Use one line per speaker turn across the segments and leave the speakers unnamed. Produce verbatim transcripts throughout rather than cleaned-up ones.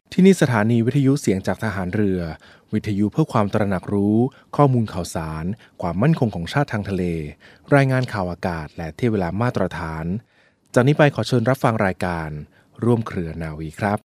ที่นี่สถานีวิทยุเสียงจากทหารเรือวิทยุเพื่อความตระหนักรู้ข้อมูลข่าวสารความมั่นคงของชาติทางทะเลรายงานข่าวอากาศและที่เวลามาตรฐานจากนี้ไปขอเชิญรับฟังรายการร่วมเครือนาวีครับ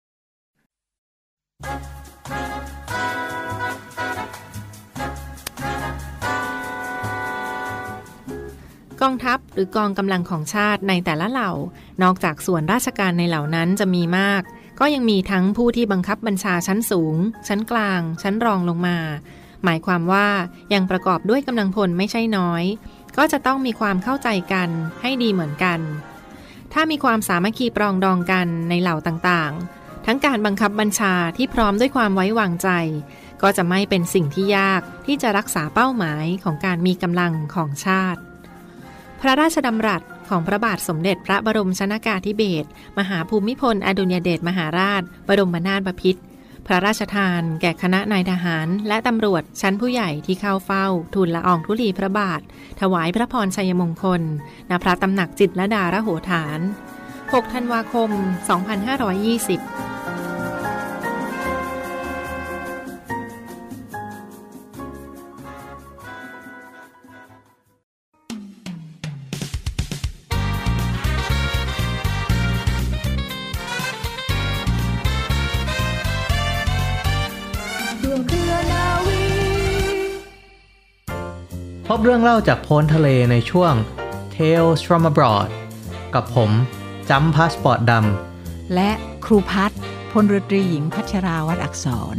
กองทัพหรือกองกำลังของชาติในแต่ละเหล่านอกจากส่วนราชการในเหล่านั้นจะมีมากก็ยังมีทั้งผู้ที่บังคับบัญชาชั้นสูงชั้นกลางชั้นรองลงมาหมายความว่ายังประกอบด้วยกำลังพลไม่ใช่น้อยก็จะต้องมีความเข้าใจกันให้ดีเหมือนกันถ้ามีความสามัคคีปรองดองกันในเหล่าต่างๆทั้งการบังคับบัญชาที่พร้อมด้วยความไว้วางใจก็จะไม่เป็นสิ่งที่ยากที่จะรักษาเป้าหมายของการมีกำลังของชาติพระราชดำรัสของพระบาทสมเด็จพระบรมชนกาธิเบศรมหาภูมิพลอดุลยเดชมหาราชบรมนาถบพิตรพระราชทานแก่คณะนายทหารและตำรวจชั้นผู้ใหญ่ที่เข้าเฝ้าทูลละอองธุลีพระบาทถวายพระพรชัยมงคลณพระตำหนักจิตรลดาระโหฐานหกธันวาคมสองพันห้าร้อยยี่สิบ
พบเรื่องเล่าจากพ้นทะเลในช่วง Tales from Abroad กับผมจำพาสปอร์ตด
ำและครูพัฒน์พลเรือตรีหญิงพัชราวัฒน์อักษร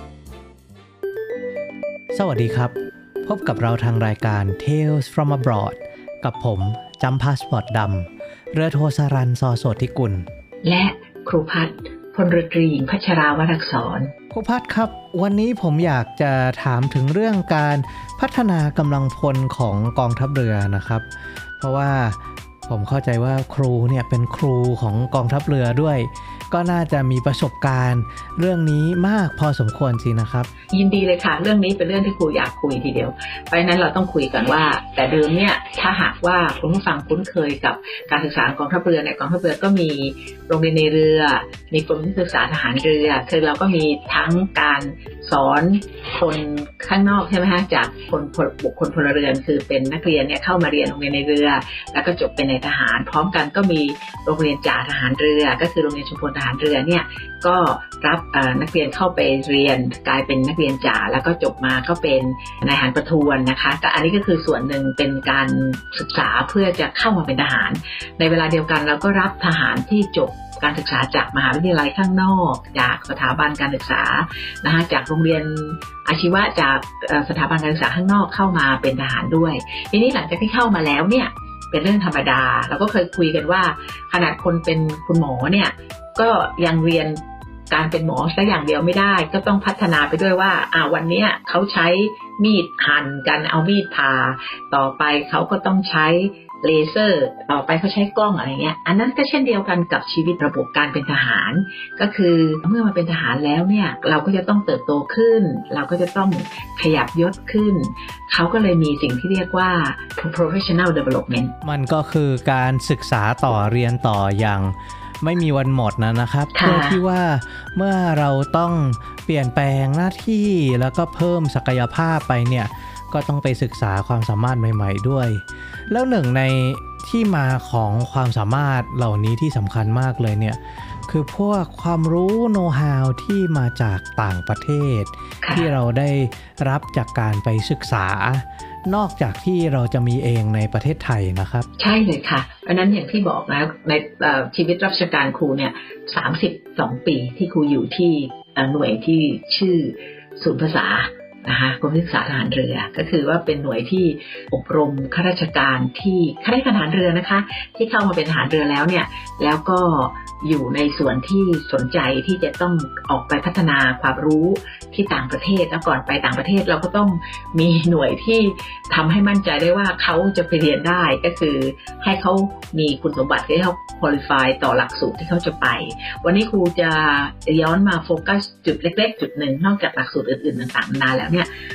สวัสดีครับพบกับเราทางรายการ Tales from Abroad กับผมจำพาสปอร์ตดำเรือโทสรัญ ซอโสธิกุล
และครูพัฒน์พลเรือตรีหญิงพัชราวัฒน์อักษร
ครูพัฒน์ครับวันนี้ผมอยากจะถามถึงเรื่องการพัฒนากำลังพลของกองทัพเรือนะครับเพราะว่าผมเข้าใจว่าครูเนี่ยเป็นครูของกองทัพเรือด้วยก็น่าจะมีประสบการณ์เรื่องนี้มากพอสมควรสินะครับ
ยินดีเลยค่ะเรื่องนี้เป็นเรื่องที่ครูอยากคุยทีเดียวเพราะฉะนั้นเราต้องคุยกันว่าแต่เดิมเนี่ยถ้าหากว่าคุณผู้ฟังคุ้นเคยกับการศึกษากองทัพเรือในกองทัพเรือก็มีโรงเรียนในเรือมีกรมศึกษาทหารเรือคือเราก็มีทั้งการสอนคนข้างนอกใช่ไหมฮะจากคนบุคคลพลเรือนคือเป็นนักเรียนเนี่ยเข้ามาเรียนโรงเรียนในเรือแล้วก็จบเป็นในทหารพร้อมกันก็มีโรงเรียนจ่าทหารเรือก็คือโรงเรียนชุมพลทหารเรือเนี่ยก็รับนักเรียนเข้าไปเรียนกลายเป็นนักเรียนจ่าแล้วก็จบมาก็เป็นนายทหารประทวนนะคะก็อันนี้ก็คือส่วนหนึ่งเป็นการศึกษาเพื่อจะเข้ามาเป็นทหารในเวลาเดียวกันเราก็รับทหารที่จบการศึกษาจากมหาวิทยาลัยข้างนอกจากสถาบันการศึกษานะคะจากโรงเรียนอาชีวะจากสถาบันการศึกษาข้างนอกเข้ามาเป็นทหารด้วยทีนี้หลังจากที่เข้ามาแล้วเนี่ยเป็นเรื่องธรรมดาเราก็เคยคุยกันว่าขนาดคนเป็นคุณหมอเนี่ยก็ยังเรียนการเป็นหมอแค่อย่างเดียวไม่ได้ก็ต้องพัฒนาไปด้วยว่าอ่าวันนี้เขาใช้มีดหั่นกันเอามีดผ่าต่อไปเขาก็ต้องใช้เลเซอร์ต่อไปเขาใช้กล้องอะไรเงี้ยอันนั้นก็เช่นเดียวกันกับชีวิตระบบการเป็นทหารก็คือเมื่อมาเป็นทหารแล้วเนี่ยเราก็จะต้องเติบโตขึ้นเราก็จะต้องขยับยศขึ้นเขาก็เลยมีสิ่งที่เรียกว่า professional development
มันก็คือการศึกษาต่อเรียนต่ออย่างไม่มีวันหมดนะนะครับเพื่อที่ว่าเมื่อเราต้องเปลี่ยนแปลงหน้าที่แล้วก็เพิ่มศักยภาพไปเนี่ยก็ต้องไปศึกษาความสามารถใหม่ๆด้วยแล้วหนึ่งในที่มาของความสามารถเหล่านี้ที่สำคัญมากเลยเนี่ยคือพวกความรู้โน้ตฮาวที่มาจากต่างประเทศที่เราได้รับจากการไปศึกษานอกจากที่เราจะมีเองในประเทศไทยนะครับ
ใช่เลยค่ะเพราะนั้นอย่างที่บอกนะในชีวิตราชการครูเนี่ยสามสิบสองปีที่ครูอยู่ที่หน่วยที่ชื่อศูนย์ภาษานะคะกรมศึกษาทหารเรือก็คือว่าเป็นหน่วยที่อบรมข้าราชการที่ข้าราชการทหารเรือนะคะที่เข้ามาเป็นทหารเรือแล้วเนี่ยแล้วก็อยู่ในส่วนที่สนใจที่จะต้องออกไปพัฒนาความรู้ที่ต่างประเทศแล้วก่อนไปต่างประเทศเราก็ต้องมีหน่วยที่ทำให้มั่นใจได้ว่าเขาจะไปเรียนได้ก็คือให้เขามีคุณสมบัติให้เขา qualify ต่อหลักสูตรที่เขาจะไปวันนี้ครูจะย้อนมาโฟกัสจุดเล็กๆจุดหนึ่งนอกจากหลักสูตรอื่นๆต่างๆนานาแล้วเนี่ย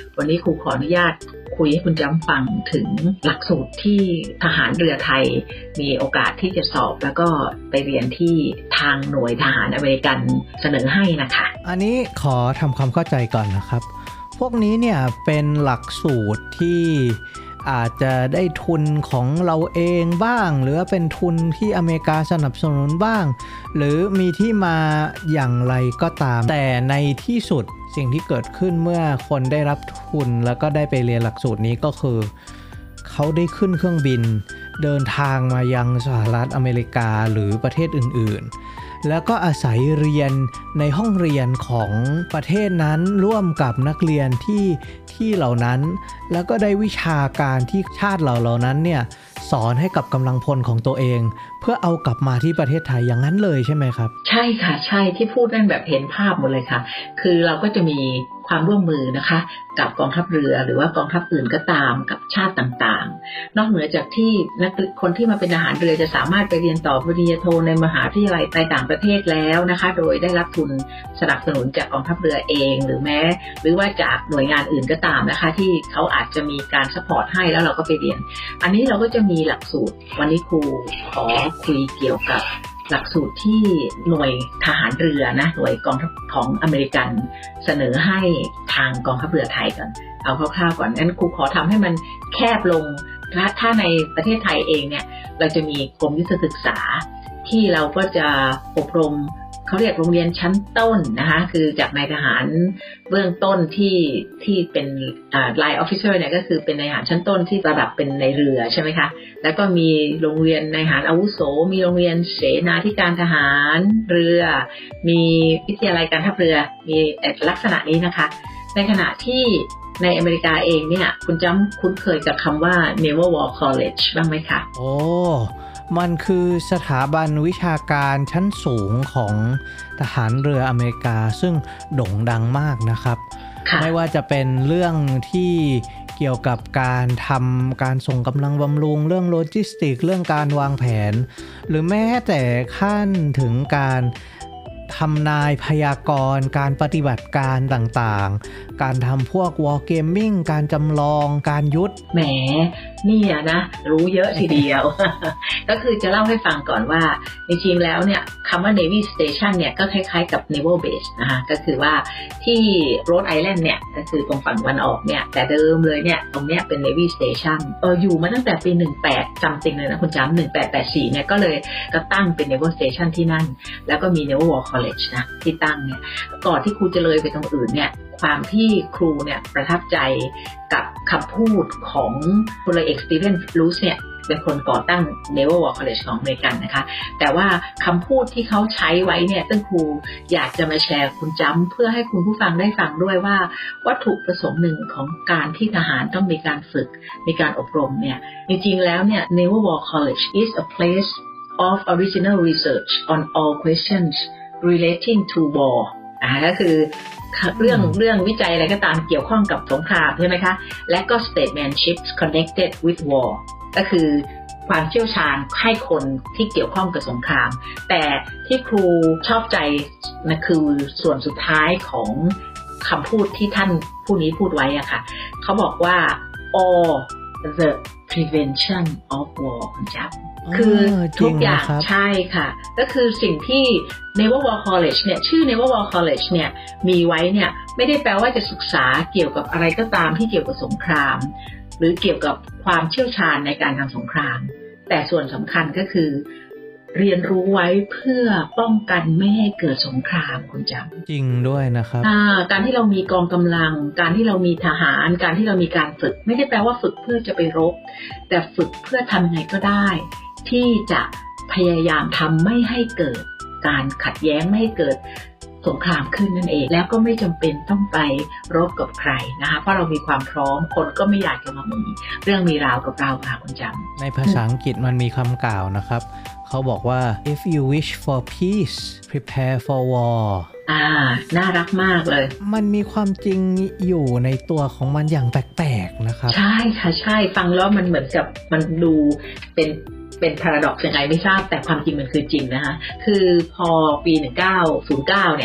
วันนี้ครูขออนุญาตคุยให้คุณจำฟังถึงหลักสูตรที่ทหารเรือไทยมีโอกาสที่จะสอบแล้วก็ไปเรียนที่ทางหน่วยทหารอเมริกันเสนอให้นะคะ
อันนี้ขอทำความเข้าใจก่อนนะครับพวกนี้เนี่ยเป็นหลักสูตรที่อาจจะได้ทุนของเราเองบ้างหรือเป็นทุนที่อเมริกาสนับสนุนบ้างหรือมีที่มาอย่างไรก็ตามแต่ในที่สุดสิ่งที่เกิดขึ้นเมื่อคนได้รับทุนแล้วก็ได้ไปเรียนหลักสูตรนี้ก็คือเขาได้ขึ้นเครื่องบินเดินทางมายังสหรัฐอเมริกาหรือประเทศอื่นๆแล้วก็อาศัยเรียนในห้องเรียนของประเทศนั้นร่วมกับนักเรียนที่ที่เหล่านั้นแล้วก็ได้วิชาการที่ชาติเหล่าเหล่านั้นเนี่ยสอนให้กับกำลังพลของตัวเองเพื่อเอากลับมาที่ประเทศไทยอย่างนั้นเลยใช่ไหมครับ
ใช่ค่ะใช่ที่พูดนั่นแบบเห็นภาพหมดเลยค่ะคือเราก็จะมีความร่วมมือนะคะกับกองทัพเรือหรือว่ากองทัพอื่นก็ตามกับชาติต่างๆนอกเหนือจากที่นักคนที่มาเป็นทหารเรือจะสามารถไปเรียนต่อปริญญาโทในมหาวิทยาลัยในต่างประเทศแล้วนะคะโดยได้รับทุนสนับสนุนจากกองทัพเรือเองหรือแม้หรือว่าจากหน่วยงานอื่นก็ตามนะคะที่เขาอาจจะมีการซัพพอร์ตให้แล้วเราก็ไปเรียนอันนี้เราก็จะมีหลักสูตรวันนี้ครูขอคุยเกี่ยวกับหลักสูตรที่หน่วยทหารเรือนะหน่วยกองทัพของอเมริกันเสนอให้ทางกองทัพเรือไทยก่อนเอาคร่าวๆก่อนงั้นครูขอทำให้มันแคบลงถ้าถ้าในประเทศไทยเองเนี่ยเราจะมีกรมยุทธศึกษาที่เราก็จะอบรมเขาเรียกโรงเรียนชั้นต้นนะคะคือจากนายทหารเบื้องต้นที่ที่เป็นอ่า Line Officer เนี่ยก็คือเป็นนายทหารชั้นต้นที่ระดับเป็นในเรือใช่ไหมคะแล้วก็มีโรงเรียนนายทหารอาวุโสมีโรงเรียนเสนาธิการทหารเรือมีวิทยาลัยการทัพเรือมีลักษณะนี้นะคะในขณะที่ในอเมริกาเองเนี่ยคุณจำคุ้นเคยกับคำว่า Naval War College บ้างไหมคะ
โอ้มันคือสถาบันวิชาการชั้นสูงของทหารเรืออเมริกาซึ่งโด่งดังมากนะครับไม่ว่าจะเป็นเรื่องที่เกี่ยวกับการทำการส่งกำลังบำรุงเรื่องโลจิสติกเรื่องการวางแผนหรือแม้แต่ขั้นถึงการทำนายพยากรณ์การปฏิบัติการต่างๆการทำพวก war gaming การจำลองการยุทธ
แหมนี่นะรู้เยอะทีเดียว ก็คือจะเล่าให้ฟังก่อนว่าจริงๆแล้วเนี่ยคำว่า Navy Station เนี่ยก็คล้ายๆกับ Naval Base นะคะก็คือว่าที่ Rhode Island เนี่ยก็คือตรงฝั่งตะวันออกเนี่ยแต่เดิมเลยเนี่ยตรงเนี้ยเป็น Navy Station เอออยู่มาตั้งแต่ปีหนึ่งแปดจำจริงเลยนะคุณจำหนึ่งแปดแปดสี่เนี่ยก็เลยก็ตั้งเป็น Naval Station ที่นั่นแล้วก็มี Naval War College นะที่ตั้งเนี่ยก่อนที่ครูจะเลยไปตรงอื่นเนี่ยความที่ครูเนี่ยประทับใจกับคำพูดของพลเอกสตีเฟนลูสเนี่ยเป็นคนก่อตั้ง Naval War College ของอเมริกันนะคะแต่ว่าคำพูดที่เขาใช้ไว้เนี่ยซึ่งครูอยากจะมาแชร์คุณจำเพื่อให้คุณผู้ฟังได้ฟังด้วยว่าวัตถุประสงค์หนึ่งของการที่ทหารต้องมีการฝึกมีการอบรมเนี่ยจริงๆแล้วเนี่ย Naval War College is a place of original research on all questions relating to war อ่าก็คือเรื่องเรื่องวิจัยอะไรก็ตามเกี่ยวข้องกับสงครามใช่ไหมคะและก็ statesmanship connected with war ก็คือความเชี่ยวชาญให้คนที่เกี่ยวข้องกับสงครามแต่ที่ครูชอบใจนะคือส่วนสุดท้ายของคำพูดที่ท่านผู้นี้พูดไว้อะค่ะเขาบอกว่า all the prevention of war คุณจ๊บคือทุกอย่างใช่ค่ะก็คือสิ่งที่ Naval War College เนี่ยชื่อ Naval War College เนี่ยมีไว้เนี่ยไม่ได้แปลว่าจะศึกษาเกี่ยวกับอะไรก็ตามที่เกี่ยวกับสงครามหรือเกี่ยวกับความเชี่ยวชาญในการทำสงครามแต่ส่วนสำคัญก็คือเรียนรู้ไว้เพื่อป้องกันไม่ให้เกิดสงครามคุณจำ
จริงด้วยนะครับ
การที่เรามีกองกำลังการที่เรามีทหารการที่เรามีการฝึกไม่ได้แปลว่าฝึกเพื่อจะไปรบแต่ฝึกเพื่อทำยังไงก็ได้ที่จะพยายามทำไม่ให้เกิดการขัดแย้งไม่ให้เกิดสงครามขึ้นนั่นเองแล้วก็ไม่จำเป็นต้องไปรบกับใครนะคะเพราะเรามีความพร้อมคนก็ไม่อยากจะมามีเรื่องมีราวกับเราค่ะคุณจำ
ในภาษาอังกฤษมันมีคำกล่าวนะครับเขาบอกว่า if you wish for peace prepare for war
อ่าน่ารักมากเลย
มันมีความจริงอยู่ในตัวของมันอย่างแปลกๆนะครับ
ใช่ค่ะใช่ฟังแล้วมันเหมือนกับมันดูเป็นเป็นพาราดอกซ์ยังไงไม่ทราบแต่ความจริงมันคือจริงนะคะคือพอปีหนึ่งพันเก้าร้อยเก้าเนี่ย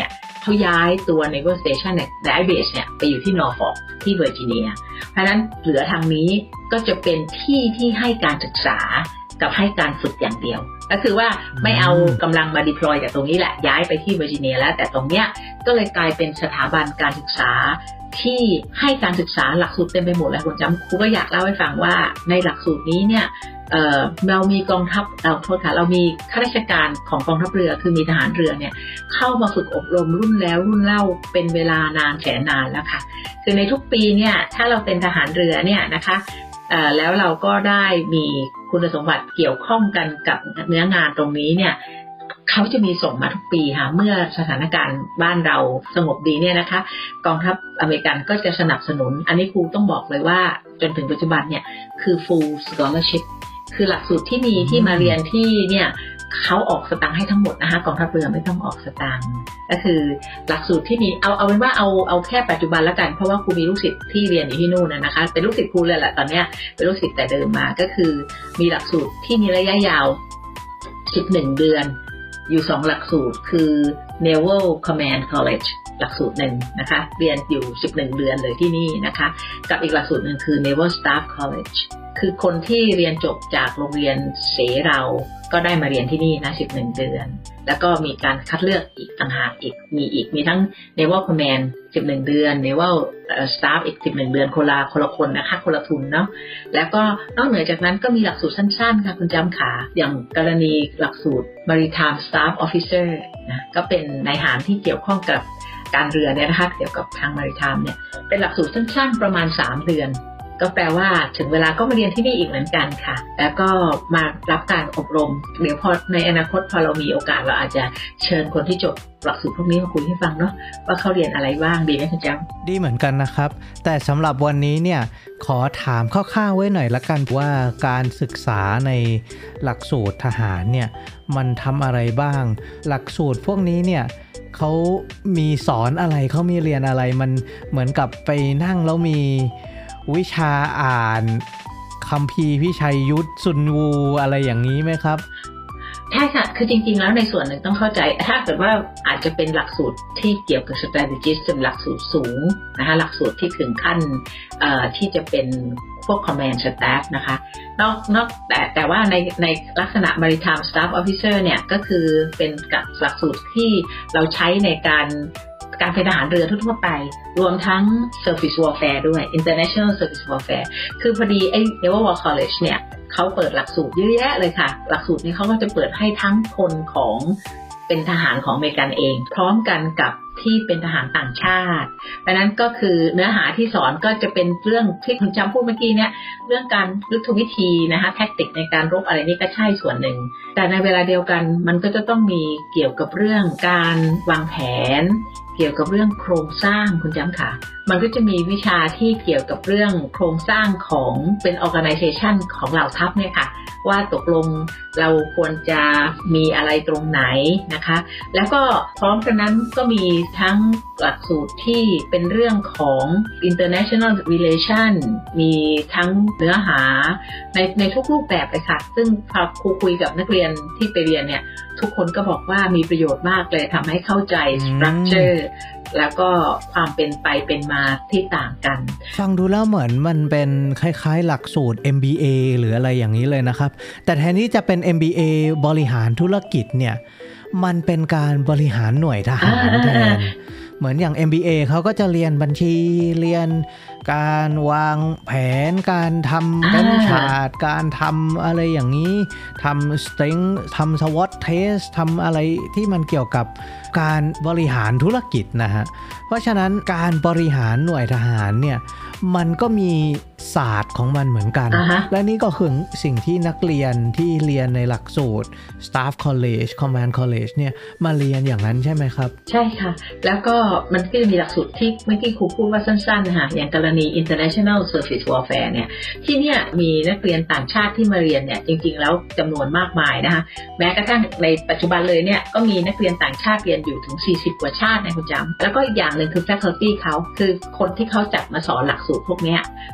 เขาย้ายตัว Naval Station เนี่ย Dry Base เนี่ยไปอยู่ที่ Norfolk ที่เวอร์จิเนียเพราะฉะนั้นเหลือทางนี้ก็จะเป็นที่ที่ให้การศึกษากับให้การฝึกอย่างเดียวก็คือว่าไม่เอากำลังมา deploy จากตรงนี้แหละย้ายไปที่เวอร์จิเนียแล้วแต่ตรงเนี้ยก็เลยกลายเป็นสถาบันการศึกษาที่ให้การศึกษาหลักสูตรเต็มไปหมดเลยคุณจำครูก็อยากเล่าให้ฟังว่าในหลักสูตรนี้เนี่ย เอ่อเรามีกองทัพเราโทษค่ะเรามีข้าราชการของกองทัพเรือคือมีทหารเรือเนี่ยเข้ามาฝึกอบรมรุ่นแล้วรุ่นเล่าเป็นเวลานานแสนนานแล้วค่ะคือในทุกปีเนี่ยถ้าเราเป็นทหารเรือเนี่ยนะคะเอ่อแล้วเราก็ได้มีคุณสมบัติเกี่ยวข้องกันกับเนื้องานตรงนี้เนี่ยเขาจะมีส่งมาทุกปีค่ะเมื่อสถานการณ์บ้านเราสงบดีเนี่ยนะคะกองทัพอเมริกันก็จะสนับสนุนอันนี้ครูต้องบอกเลยว่าจนถึงปัจจุบันเนี่ยคือ full scholarship คือหลักสูตรที่มีที่มาเรียนที่เนี่ยเขาออกสตางค์ให้ทั้งหมดนะคะกองทัพเรือไม่ต้องออกสตางค์ก็คือหลักสูตรที่มีเอาเอาเป็นว่าเอาเอาแค่ปัจจุบันแล้วกันเพราะว่าครูมีลูกศิษย์ที่เรียนอยู่ที่นู่นนะคะเป็นลูกศิษย์ครูเลยแหละตอนเนี้ยเป็นลูกศิษย์แต่เดิมมาก็คือมีหลักสูตรที่มีระยะยาวสิบเอ็ดเดือนอยู่สองหลักสูตรคือ Naval Command College หลักสูตรหนึ่งนะคะเรียนอยู่สิบเอ็ดเดือนเลยที่นี่นะคะกับอีกหลักสูตรหนึ่งคือ Naval Staff College คือคนที่เรียนจบจากโรงเรียนเสเราก็ได้มาเรียนที่นี่นะสิบเอ็ดเดือนแล้วก็มีการคัดเลือกอีกต่างหากอีกมีอีกมีทั้ง Naval Command สิบเอ็ดเดือน Naval Staff อีกสิบเอ็ดเดือนคนละคนละคนนะคะคนละทุนเนาะแล้วก็นอกเหนือจากนั้นก็มีหลักสูตรสั้นๆค่ะคุณจำขาอย่างกรณีหลักสูตร Maritime Staff Officer นะก็เป็นนายทหารที่เกี่ยวข้องกับการเรือเนี่ยนะคะเกี่ยวกับทาง Maritime เนี่ยเป็นหลักสูตรสั้นๆประมาณสามเดือนก็แปลว่าถึงเวลาก็มาเรียนที่นี่อีกเหมือนกันค่ะแล้วก็มารับการอบรมเดี๋ยวพอในอนาคตพอเรามีโอกาสเราอาจจะเชิญคนที่จบหลักสูตรพวกนี้มาคุยให้ฟังเนาะว่าเขาเรียนอะไรบ้างดีไหมคุณแจ๊บ
ดีเหมือนกันนะครับแต่สำหรับวันนี้เนี่ยขอถามคร่าวๆไว้หน่อยละกันว่าการศึกษาในหลักสูตรทหารเนี่ยมันทำอะไรบ้างหลักสูตรพวกนี้เนี่ยเขามีสอนอะไรเขามีเรียนอะไรมันเหมือนกับไปนั่งแล้วมีวิชาอ่านคัมภีร์พิชัยยุทธซุนวูอะไรอย่างนี้ไหมครับ
ใช่ค่ะคือจริงๆแล้วในส่วนหนึ่งต้องเข้าใจถ้าเกิดว่าอาจจะเป็นหลักสูตรที่เกี่ยวกับ strategist เป็นหลักสูตรสูงนะคะหลักสูตรที่ถึงขั้นที่จะเป็นพวก command staff นะคะนอกนอกแต่แต่ว่าในในลักษณะ maritime staff officer เนี่ยก็คือเป็นหลักสูตรที่เราใช้ในการการเป็นทหารเรือทั่วไปรวมทั้ง Surface Warfare ด้วย International Surface Warfare คือพอดีไอ้ Naval War College เนี่ยเขาเปิดหลักสูตรเยอะแยะเลยค่ะหลักสูตรนี้เขาก็จะเปิดให้ทั้งคนของเป็นทหารของอเมริกันเองพร้อมกันกับที่เป็นทหารต่างชาติดังนั้นก็คือเนื้อหาที่สอนก็จะเป็นเรื่องที่คุณจำพูดเมื่อกี้เนี่ยเรื่องการยุทธวิธีนะคะแทคติกในการรบอะไรนี่ก็ใช่ส่วนหนึ่งแต่ในเวลาเดียวกันมันก็จะต้องมีเกี่ยวกับเรื่องการวางแผนเกี่ยวกับเรื่องโครงสร้างคุณจำค่ะมันก็จะมีวิชาที่เกี่ยวกับเรื่องโครงสร้างของเป็น organization ของเหล่าทัพเนี่ยค่ะว่าตกลงเราควรจะมีอะไรตรงไหนนะคะแล้วก็พร้อมกันนั้นก็มีทั้งหลักสูตรที่เป็นเรื่องของ international relation มีทั้งเนื้อหาในในทุกรูปแบบเลยค่ะซึ่งพอครูคุยกับนักเรียนที่ไปเรียนเนี่ยทุกคนก็บอกว่ามีประโยชน์มากเลยทำให้เข้าใจ structure แล้วก็ความเป็นไปเป็นมาที่ต่างกัน
ฟังดูแล้วเหมือนมันเป็นคล้ายๆหลักสูตร เอ็ม บี เอ หรืออะไรอย่างนี้เลยนะครับแต่แทนที่จะเป็น เอ็ม บี เอ บริหารธุรกิจเนี่ยมันเป็นการบริหารหน่วยทหารแทนเหมือนอย่าง เอ็ม บี เอ เขาก็จะเรียนบัญชีเรียนการวางแผนการทำกันชาร์ตการทำอะไรอย่างนี้ทำสเต็งทำสวอตเทสทำอะไรที่มันเกี่ยวกับการบริหารธุรกิจนะฮะเพราะฉะนั้นการบริหารหน่วยทหารเนี่ยมันก็มีศาสตร์ของมันเหมือนกัน uh-huh. และนี่ก็คือสิ่งที่นักเรียนที่เรียนในหลักสูตร Staff College Command College เนี่ยมาเรียนอย่างนั้นใช่ไหมครับ
ใช่ค่ะแล้วก็มันก็จะมีหลักสูตรที่เมื่อกี้ครูพูดว่าสั้นๆนะคะอย่างกรณี International Surface Warfare เนี่ยที่เนี่ยมีนักเรียนต่างชาติที่มาเรียนเนี่ยจริงๆแล้วจำนวนมากมายนะคะแม้กระทั่งในปัจจุบันเลยเนี่ยก็มีนักเรียนต่างชาติเรียนอยู่ถึงสี่สิบกว่าชาติในคุณจำแล้วก็อีกอย่างหนึ่งคือ faculty เขาคือคนที่เขาจัดมาสอนหลักสูตรพวกนี้เขา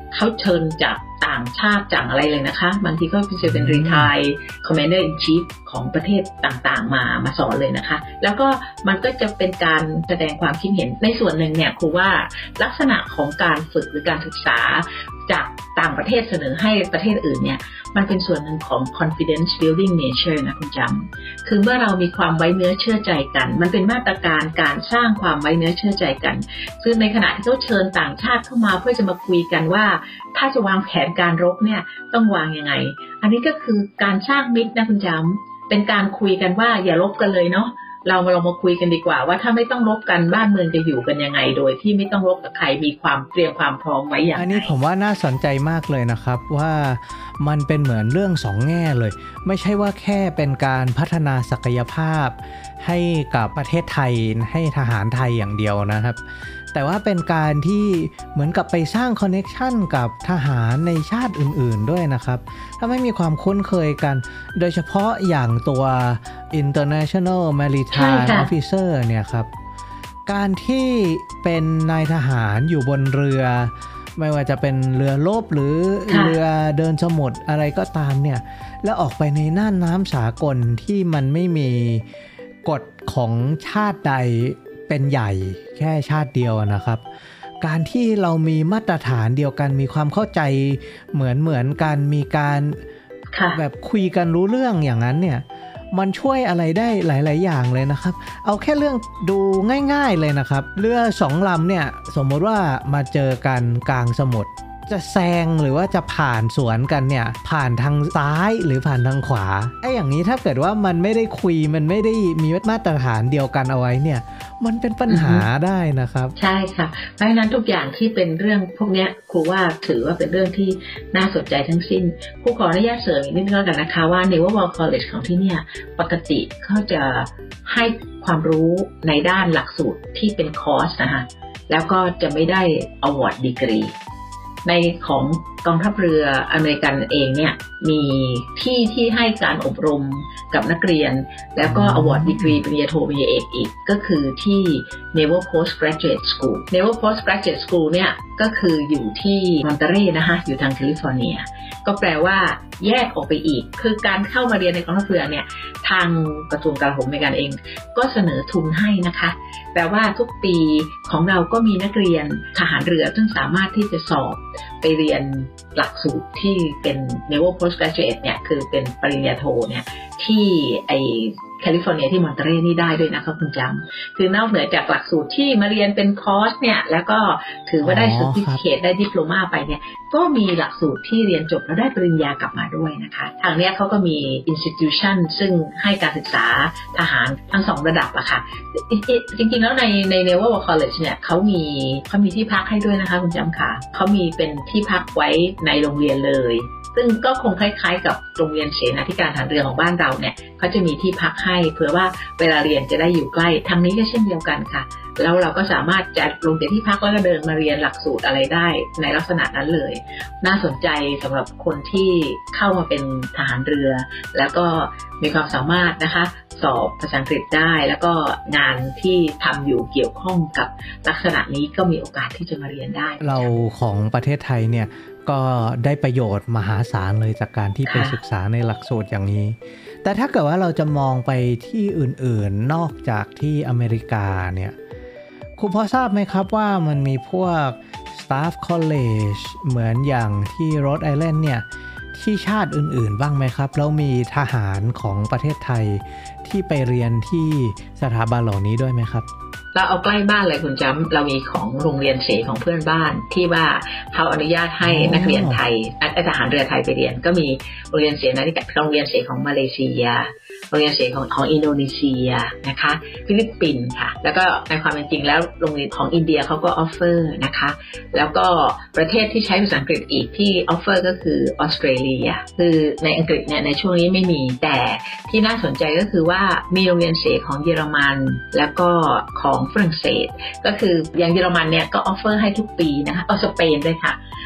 เชิญจากต่างชาติจากอะไรเลยนะคะบางทีก็จะเป็น Retired Commander in Chief ของประเทศต่างๆมามาสอนเลยนะคะแล้วก็มันก็จะเป็นการแสดงความคิดเห็นในส่วนหนึ่งเนี่ยครูว่าลักษณะของการฝึกหรือการศึกษาจากต่างประเทศเสนอให้ประเทศอื่นเนี่ยมันเป็นส่วนหนึ่งของ confidence building nature นะคุณจำคือเมื่อเรามีความไว้เนื้อเชื่อใจกันมันเป็นมาตรการการสร้างความไว้เนื้อเชื่อใจกันซึ่งในขณะที่เขาเชิญต่างชาติเข้ามาเพื่อจะมาคุยกันว่าถ้าจะวางแผนการรบเนี่ยต้องวางยังไงอันนี้ก็คือการสร้างมิตรนะคุณจำเป็นการคุยกันว่าอย่ารบกันเลยเนาะเรามาลองมาคุยกันดีกว่าว่าถ้าไม่ต้องรบกันบ้านเมืองจะอยู่กันยังไงโดยที่ไม่ต้องรบกับใครมีความเตรียมความพร้อมไว้อย่างไร
อันนี้ผมว่าน่าสนใจมากเลยนะครับว่ามันเป็นเหมือนเรื่องสองแง่เลยไม่ใช่ว่าแค่เป็นการพัฒนาศักยภาพให้กับประเทศไทยให้ทหารไทยอย่างเดียวนะครับแต่ว่าเป็นการที่เหมือนกับไปสร้างคอนเนคชั่นกับทหารในชาติอื่นๆด้วยนะครับถ้าไม่มีความคุ้นเคยกันโดยเฉพาะอย่างตัว International Maritime Officer เนี่ยครับการที่เป็นนายทหารอยู่บนเรือไม่ว่าจะเป็นเรือรบหรือเรือเดินสมุทรอะไรก็ตามเนี่ยแล้วออกไปในน่านน้ำสากลที่มันไม่มีกฎของชาติใดเป็นใหญ่แค่ชาติเดียวนะครับการที่เรามีมาตรฐานเดียวกันมีความเข้าใจเหมือนเหมือนกันมีการแบบคุยกันรู้เรื่องอย่างนั้นเนี่ยมันช่วยอะไรได้หลายๆอย่างเลยนะครับเอาแค่เรื่องดูง่ายๆเลยนะครับเรือสองลำเนี่ยสมมติว่ามาเจอกันกลางสมุทรจะแซงหรือว่าจะผ่านสวนกันเนี่ยผ่านทางซ้ายหรือผ่านทางขวาไอ้อย่างนี้ถ้าเกิดว่ามันไม่ได้คุยมันไม่ได้มีมาตรฐานเดียวกันเอาไว้เนี่ยมันเป็นปัญหาได้นะครับ
ใช่ค่ะเพราะฉะนั้นทุกอย่างที่เป็นเรื่องพวกนี้ครูว่าถือว่าเป็นเรื่องที่น่าสนใจทั้งสิ้นครูขออนุญาตเสริมอีกนิดนึงกันนะคะว่า Naval War College ของที่เนี่ยปกติเขาจะให้ความรู้ในด้านหลักสูตรที่เป็นคอร์สนะคะแล้วก็จะไม่ได้ award degreeในของกองทัพเรืออเมริกันเองเนี่ยมีที่ที่ให้การอบรมกับนักเรียนแล้วก็ award degree ปริญญาโทปริญญาเอกอีกก็คือที่ Naval Postgraduate School Naval Postgraduate School เนี่ยก็คืออยู่ที่มอนเตเรนะคะอยู่ทางแคลิฟอร์เนียก็แปลว่าแยกออกไปอีกคือการเข้ามาเรียนในกองทัพเรือเนี่ยทางกระทรวงกลาโหมอเมริกันเองก็เสนอทุนให้นะคะแปลว่าทุกปีของเราก็มีนักเรียนทหารเรือซึ่งสามารถที่จะสอบไปเรียนหลักสูตรที่เป็น Naval Postgraduate เนี่ยคือเป็นปริญญาโทเนี่ยที่ไอแคลิฟอร์เนียที่มอนเตเรนี่ได้ด้วยนะคะคุณจำคือนอกเหนือจากหลักสูตรที่มาเรียนเป็นคอร์สเนี่ยแล้วก็ถือว่าได้ certificate ได้ดิโพลมาไปเนี่ยก็มีหลักสูตรที่เรียนจบแล้วได้ปริญญากลับมาด้วยนะคะทางเนี้ยเขาก็มี institution ซึ่งให้การศึกษาทหารทั้งสองระดับอะค่ะจริงๆแล้วในใน Naval War College เนี่ยเขามีเขามีที่พักให้ด้วยนะคะคุณจำค่ะเขามีเป็นที่พักไว้ในโรงเรียนเลยซึ่งก็คงคล้ายๆกับโรงเรียนเสนาธิการทหารเรือของบ้านเราเนี่ยเขาจะมีที่พักให้เผื่อว่าเวลาเรียนจะได้อยู่ใกล้ทางนี้ก็เช่นเดียวกันค่ะแล้วเราก็สามารถจะลงจากที่พักแล้วก็เดินมาเรียนหลักสูตรอะไรได้ในลักษณะนั้นเลยน่าสนใจสำหรับคนที่เข้ามาเป็นทหารเรือแล้วก็มีความสามารถนะคะสอบภาษาอังกฤษได้แล้วก็งานที่ทำอยู่เกี่ยวข้องกับลักษณะนี้ก็มีโอกาสที่จะมาเรียนได้
เราของประเทศไทยเนี่ยก็ได้ประโยชน์มหาศาลเลยจากการที่ไปศึกษาในหลักสูตรอย่างนี้แต่ถ้าเกิดว่าเราจะมองไปที่อื่นๆนอกจากที่อเมริกาเนี่ยคุณพอทราบไหมครับว่ามันมีพวก Staff College เหมือนอย่างที่โรดไอแลนด์เนี่ยที่ชาติอื่นๆบ้างไหมครับแล้วมีทหารของประเทศไทยที่ไปเรียนที่สถาบันเหล่านี้ด้วยไหมครับ
เราเอาใกล้บ้านเลยคุณจำเรามีของโรงเรียนเสของเพื่อนบ้านที่ว่าเขาอนุญาตให้นักเรียนไทยทหารเรือไทยไปเรียนก็มีโรงเรียนเสนาธิการโรงเรียนเสของมาเลเซียโรงเรียนเสของของอินโดนีเซียนะคะฟิลิปปินส์ค่ะแล้วก็ในความเป็นจริงแล้วโรงเรียนของอินเดียเขาก็ออฟเฟอร์นะคะแล้วก็ประเทศที่ใช้ภาษาอังกฤษอีกที่ออฟเฟอร์ก็คือออสเตรเลียคือในอังกฤษเนี่ยในช่วงนี้ไม่มีแต่ที่น่าสนใจก็คือว่ามีโรงเรียนเสของเยอรมันแล้วก็ของฝรั่งเศสก็คืออย่างเยอรมันเนี่ยก็ออฟเฟอร์ให้ทุกปีนะคะเอาสเปนด้วยค่ะ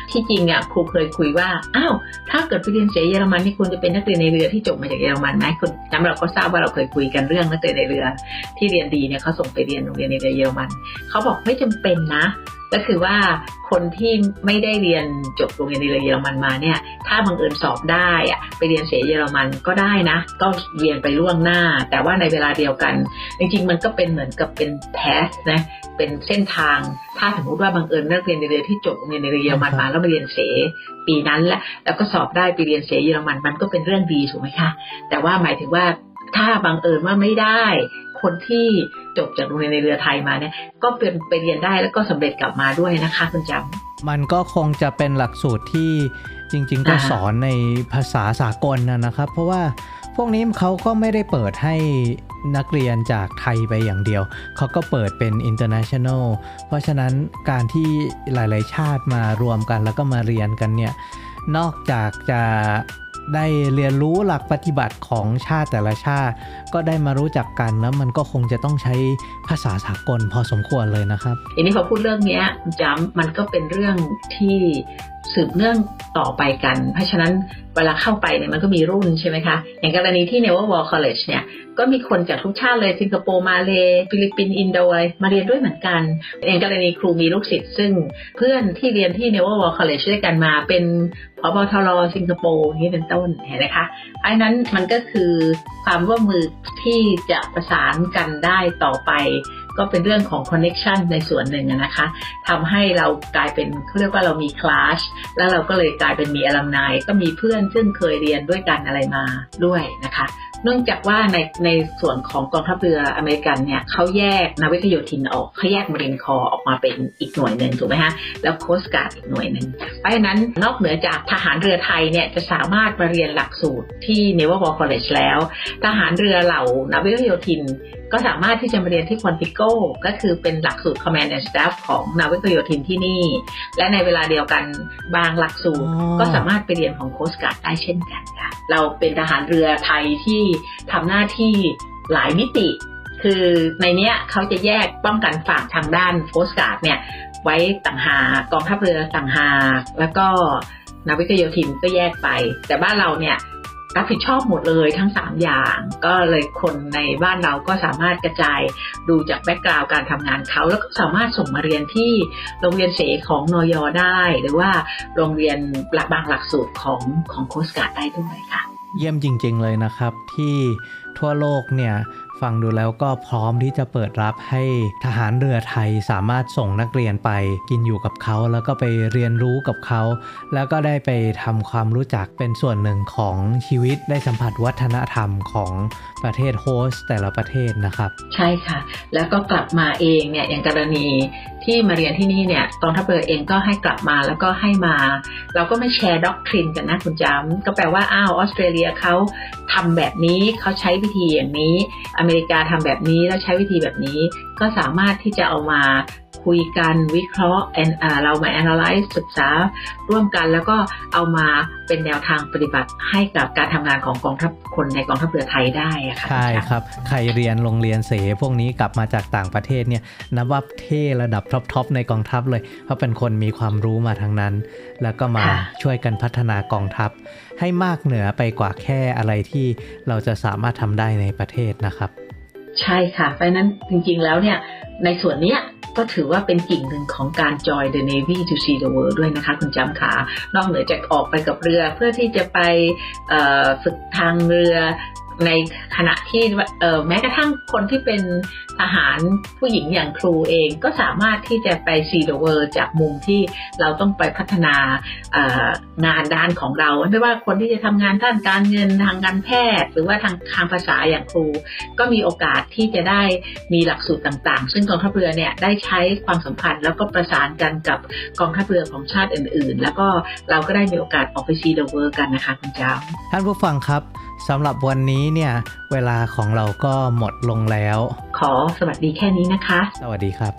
ที่จริงอ่ะครูเคยคุยว่าอ้าวถ้าเกิดไปเรียนเสียเยอรมันนี่ควรจะเป็นนักเรียนในเรือที่จบมาจากเยอรมันไหมคุณจำเราก็ทราบว่าเราเคยคุยกันเรื่องนักเรียนในเรือที่เรียนดีเนี่ยเขาส่งไปเรียนโรงเรียนในเรือเยอรมันเขาบอกไม่จำเป็นนะก็คือว่าคนที่ไม่ได้เรียนจบโรงเรียนในเรือเยอรมันมาเนี่ยถ้าบังเอิญสอบได้อะไปเรียนเสียเยอรมันก็ได้นะก็เรียนไปล่วงหน้าแต่ว่าในเวลาเดียวกันจริงๆมันก็เป็นเหมือนกับเป็นแพสนะเป็นเส้นทางถ้าสมมติว่าบังเอิญนักเรียนในเรือที่จบโรงเรียนในเรือเยอรมันมาแล้วมาเรียนเสปีนั้นแล้วแล้วก็สอบได้ไปเรียนเสเยอรมันมันก็เป็นเรื่องดีถูกไหมคะแต่ว่าหมายถึงว่าถ้าบังเอิญว่าไม่ได้คนที่จบจากโรงเรียนในเรือไทยมาเนี่ยก็เป็นไปเรียนได้แล้วก็สำเร็จกลับมาด้วยนะคะคุณจำ
มันก็คงจะเป็นหลักสูตรที่จริงๆก็สอนในภาษาสากลนะครับเพราะว่าพวกนี้เขาก็ไม่ได้เปิดให้นักเรียนจากไทยไปอย่างเดียวเขาก็เปิดเป็น international เพราะฉะนั้นการที่หลายๆชาติมารวมกันแล้วก็มาเรียนกันเนี่ยนอกจากจะได้เรียนรู้หลักปฏิบัติของชาติแต่ละชาติก็ได้มารู้จักกันแล้วมันก็คงจะต้องใช้ภาษาสากลพอสมควรเลยนะครับ
อันนี้พอพูดเรื่องนี้จำมันก็เป็นเรื่องที่สืบเนื่องต่อไปกันเพราะฉะนั้นเวลาเข้าไปเนี่ยมันก็มีรุ่นใช่ไหมคะอย่างกรณีที่ Naval War College เนี่ยก็มีคนจากทุกชาติเลยสิงคโปร์มาเลฟิลิปปินส์อินโดมาเรียนด้วยเหมือนกันอย่างกรณีครูมีลูกศิษย์ซึ่งเพื่อนที่เรียนที่ Naval War College ด้วยกันมาเป็นผบ.ทร.สิงคโปร์นี่เป็นต้นเห็นไหมคะไอ้นั้นมันก็คือความร่วมมือที่จะประสานกันได้ต่อไปก็เป็นเรื่องของ connection ในส่วนหนึ่งนะคะทำให้เรากลายเป็นเขาเรียกว่าเรามีคลาสแล้วเราก็เลยกลายเป็นมี alumni ก็มีเพื่อนซึ่งเคยเรียนด้วยกันอะไรมาด้วยนะคะเนื่องจากว่าในในส่วนของกองทัพเรืออเมริกันเนี่ยเขาแยกนาวิกโยธินออกเขาแยกมารินคอร์ออกมาเป็นอีกหน่วยหนึ่งถูกไหมฮะแล้วโคสต์การ์ดอีกหน่วยหนึ่งเพราะฉะนั้นนอกเหนือจากทหารเรือไทยเนี่ยจะสามารถมาเรียนหลักสูตรที่ Naval War College แล้วทหารเรือเหล่านาวิกโยธินก็สามารถที่จะมาเรียนที่คอนติโก้ก็คือเป็นหลักสูตร Command and Staff ของนาวิกโยธินที่นี่และในเวลาเดียวกันบางหลักสูตรก็สามารถไปเรียนของโคสต์การ์ดได้เช่นกันค่ะเราเป็นทหารเรือไทยที่ทำหน้าที่หลายมิติคือในเนี้ยเขาจะแยกป้องกันฝั่งทางด้านโคสต์การ์ดเนี่ยไว้ต่างหากกองทัพเรือต่างหากแล้วก็นาวิกโยธินก็แยกไปแต่บ้านเราเนี่ยรับผิดชอบหมดเลยทั้งสามอย่างก็เลยคนในบ้านเราก็สามารถกระจายดูจากแบ็คกราวด์การทำงานเขาแล้วก็สามารถส่งมาเรียนที่โรงเรียนเสของนย.ได้หรือว่าโรงเรียนหลักบางหลักสูตรของของโคสต์การ์ดได้ด้วยค่ะ
เยี่ยมจริงๆเลยนะครับที่ทั่วโลกเนี่ยฟังดูแล้วก็พร้อมที่จะเปิดรับให้ทหารเรือไทยสามารถส่งนักเรียนไปกินอยู่กับเขาแล้วก็ไปเรียนรู้กับเขาแล้วก็ได้ไปทำความรู้จักเป็นส่วนหนึ่งของชีวิตได้สัมผัสวัฒนธรรมของประเทศโฮสต์แต่ละประเทศนะครับ
ใช่ค่ะแล้วก็กลับมาเองเนี่ยอย่างกรณีที่มาเรียนที่นี่เนี่ยกองทัพเรือเองก็ให้กลับมาแล้วก็ให้มาเราก็ไม่แชร์ด็อกทรินกันนะคุณจำก็แปลว่าอ้าวออสเตรเลียเขาทำแบบนี้เขาใช้วิธีอย่างนี้อเมริกาทำแบบนี้แล้วใช้วิธีแบบนี้ก็สามารถที่จะเอามาคุยกันวิเคราะห์เรามา analyze ศึกษาร่วมกันแล้วก็เอามาเป็นแนวทางปฏิบัติให้กับการทำงานของกองทัพคนในกองทัพเรือไทยได้ค่ะ
ใช่ครับใครเรียนโรงเรียนเสพวกนี้กลับมาจากต่างประเทศเนี่ยนับว่าเท่ระดับท็อปๆในกองทัพเลยเพราะเป็นคนมีความรู้มาทางนั้นแล้วก็มาช่วยกันพัฒนากองทัพให้มากเหนือไปกว่าแค่อะไรที่เราจะสามารถทำได้ในประเทศนะครับ
ใช่ค่ะเพราะนั้นจริงๆแล้วเนี่ยในส่วนนี้ก็ถือว่าเป็นกิ่งหนึ่งของการ join the Navy to see the world ด้วยนะคะคุณจำขานอกเหนือจากออกไปกับเรือเพื่อที่จะไปฝึกทางเรือในขณะที่แม้กระทั่งคนที่เป็นทหารผู้หญิงอย่างครูเองก็สามารถที่จะไป see the world จากมุมที่เราต้องไปพัฒนางานด้านของเราไม่ว่าคนที่จะทำงานด้านการเงินทางการแพทย์หรือว่าทางทางภาษาอย่างครูก็มีโอกาสที่จะได้มีหลักสูตรต่างๆซึ่งกองทัพเรือเนี่ยได้ใช้ความสัมพันธ์แล้วก็ประสานกันกับกองทัพเรือของชาติอื่นๆแล้วก็เราก็ได้มีโอกาสออกไป see the world กันนะคะคุณเจ้า
ท่านผู้ฟังครับสำหรับวันนี้เนี่ยเวลาของเราก็หมดลงแล้ว
ขอสวัสดีแค่นี้นะคะ
สวัสดีครับ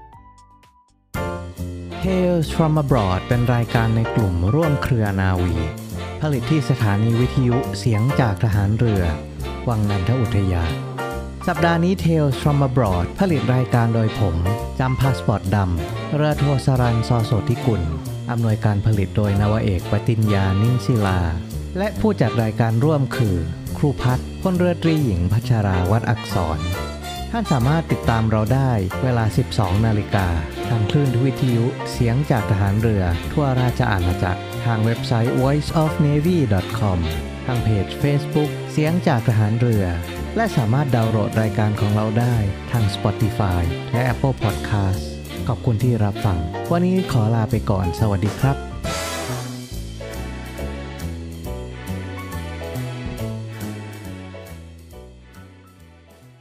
Tales from Abroad เป็นรายการในกลุ่มร่วมเครือนาวีผลิตที่สถานีวิทยุเสียงจากทหารเรือวังนันทอุทยานสัปดาห์นี้ Tales from Abroad ผลิตรายการโดยผมจำพาสปอร์ตดำเรือโทสรัญ ซอโสธิกุลอำนวยการผลิตโดยนวเอกปติญญานิ่มศิลาและผู้จัดรายการร่วมคือครูพัฒน์พลเรือตรีหญิงพัชราวัดอักษรท่านสามารถติดตามเราได้เวลา สิบสองนาฬิกาทางคลื่นวิทยุเสียงจากทหารเรือทั่วราชอาณาจักรทางเว็บไซต์ วอยซ์ ออฟ เนวี่ ดอท คอม ทางเพจ Facebook เสียงจากทหารเรือและสามารถดาวน์โหลดรายการของเราได้ทาง Spotify และ Apple Podcast ขอบคุณที่รับฟังวันนี้ขอลาไปก่อนสวัสดีครับ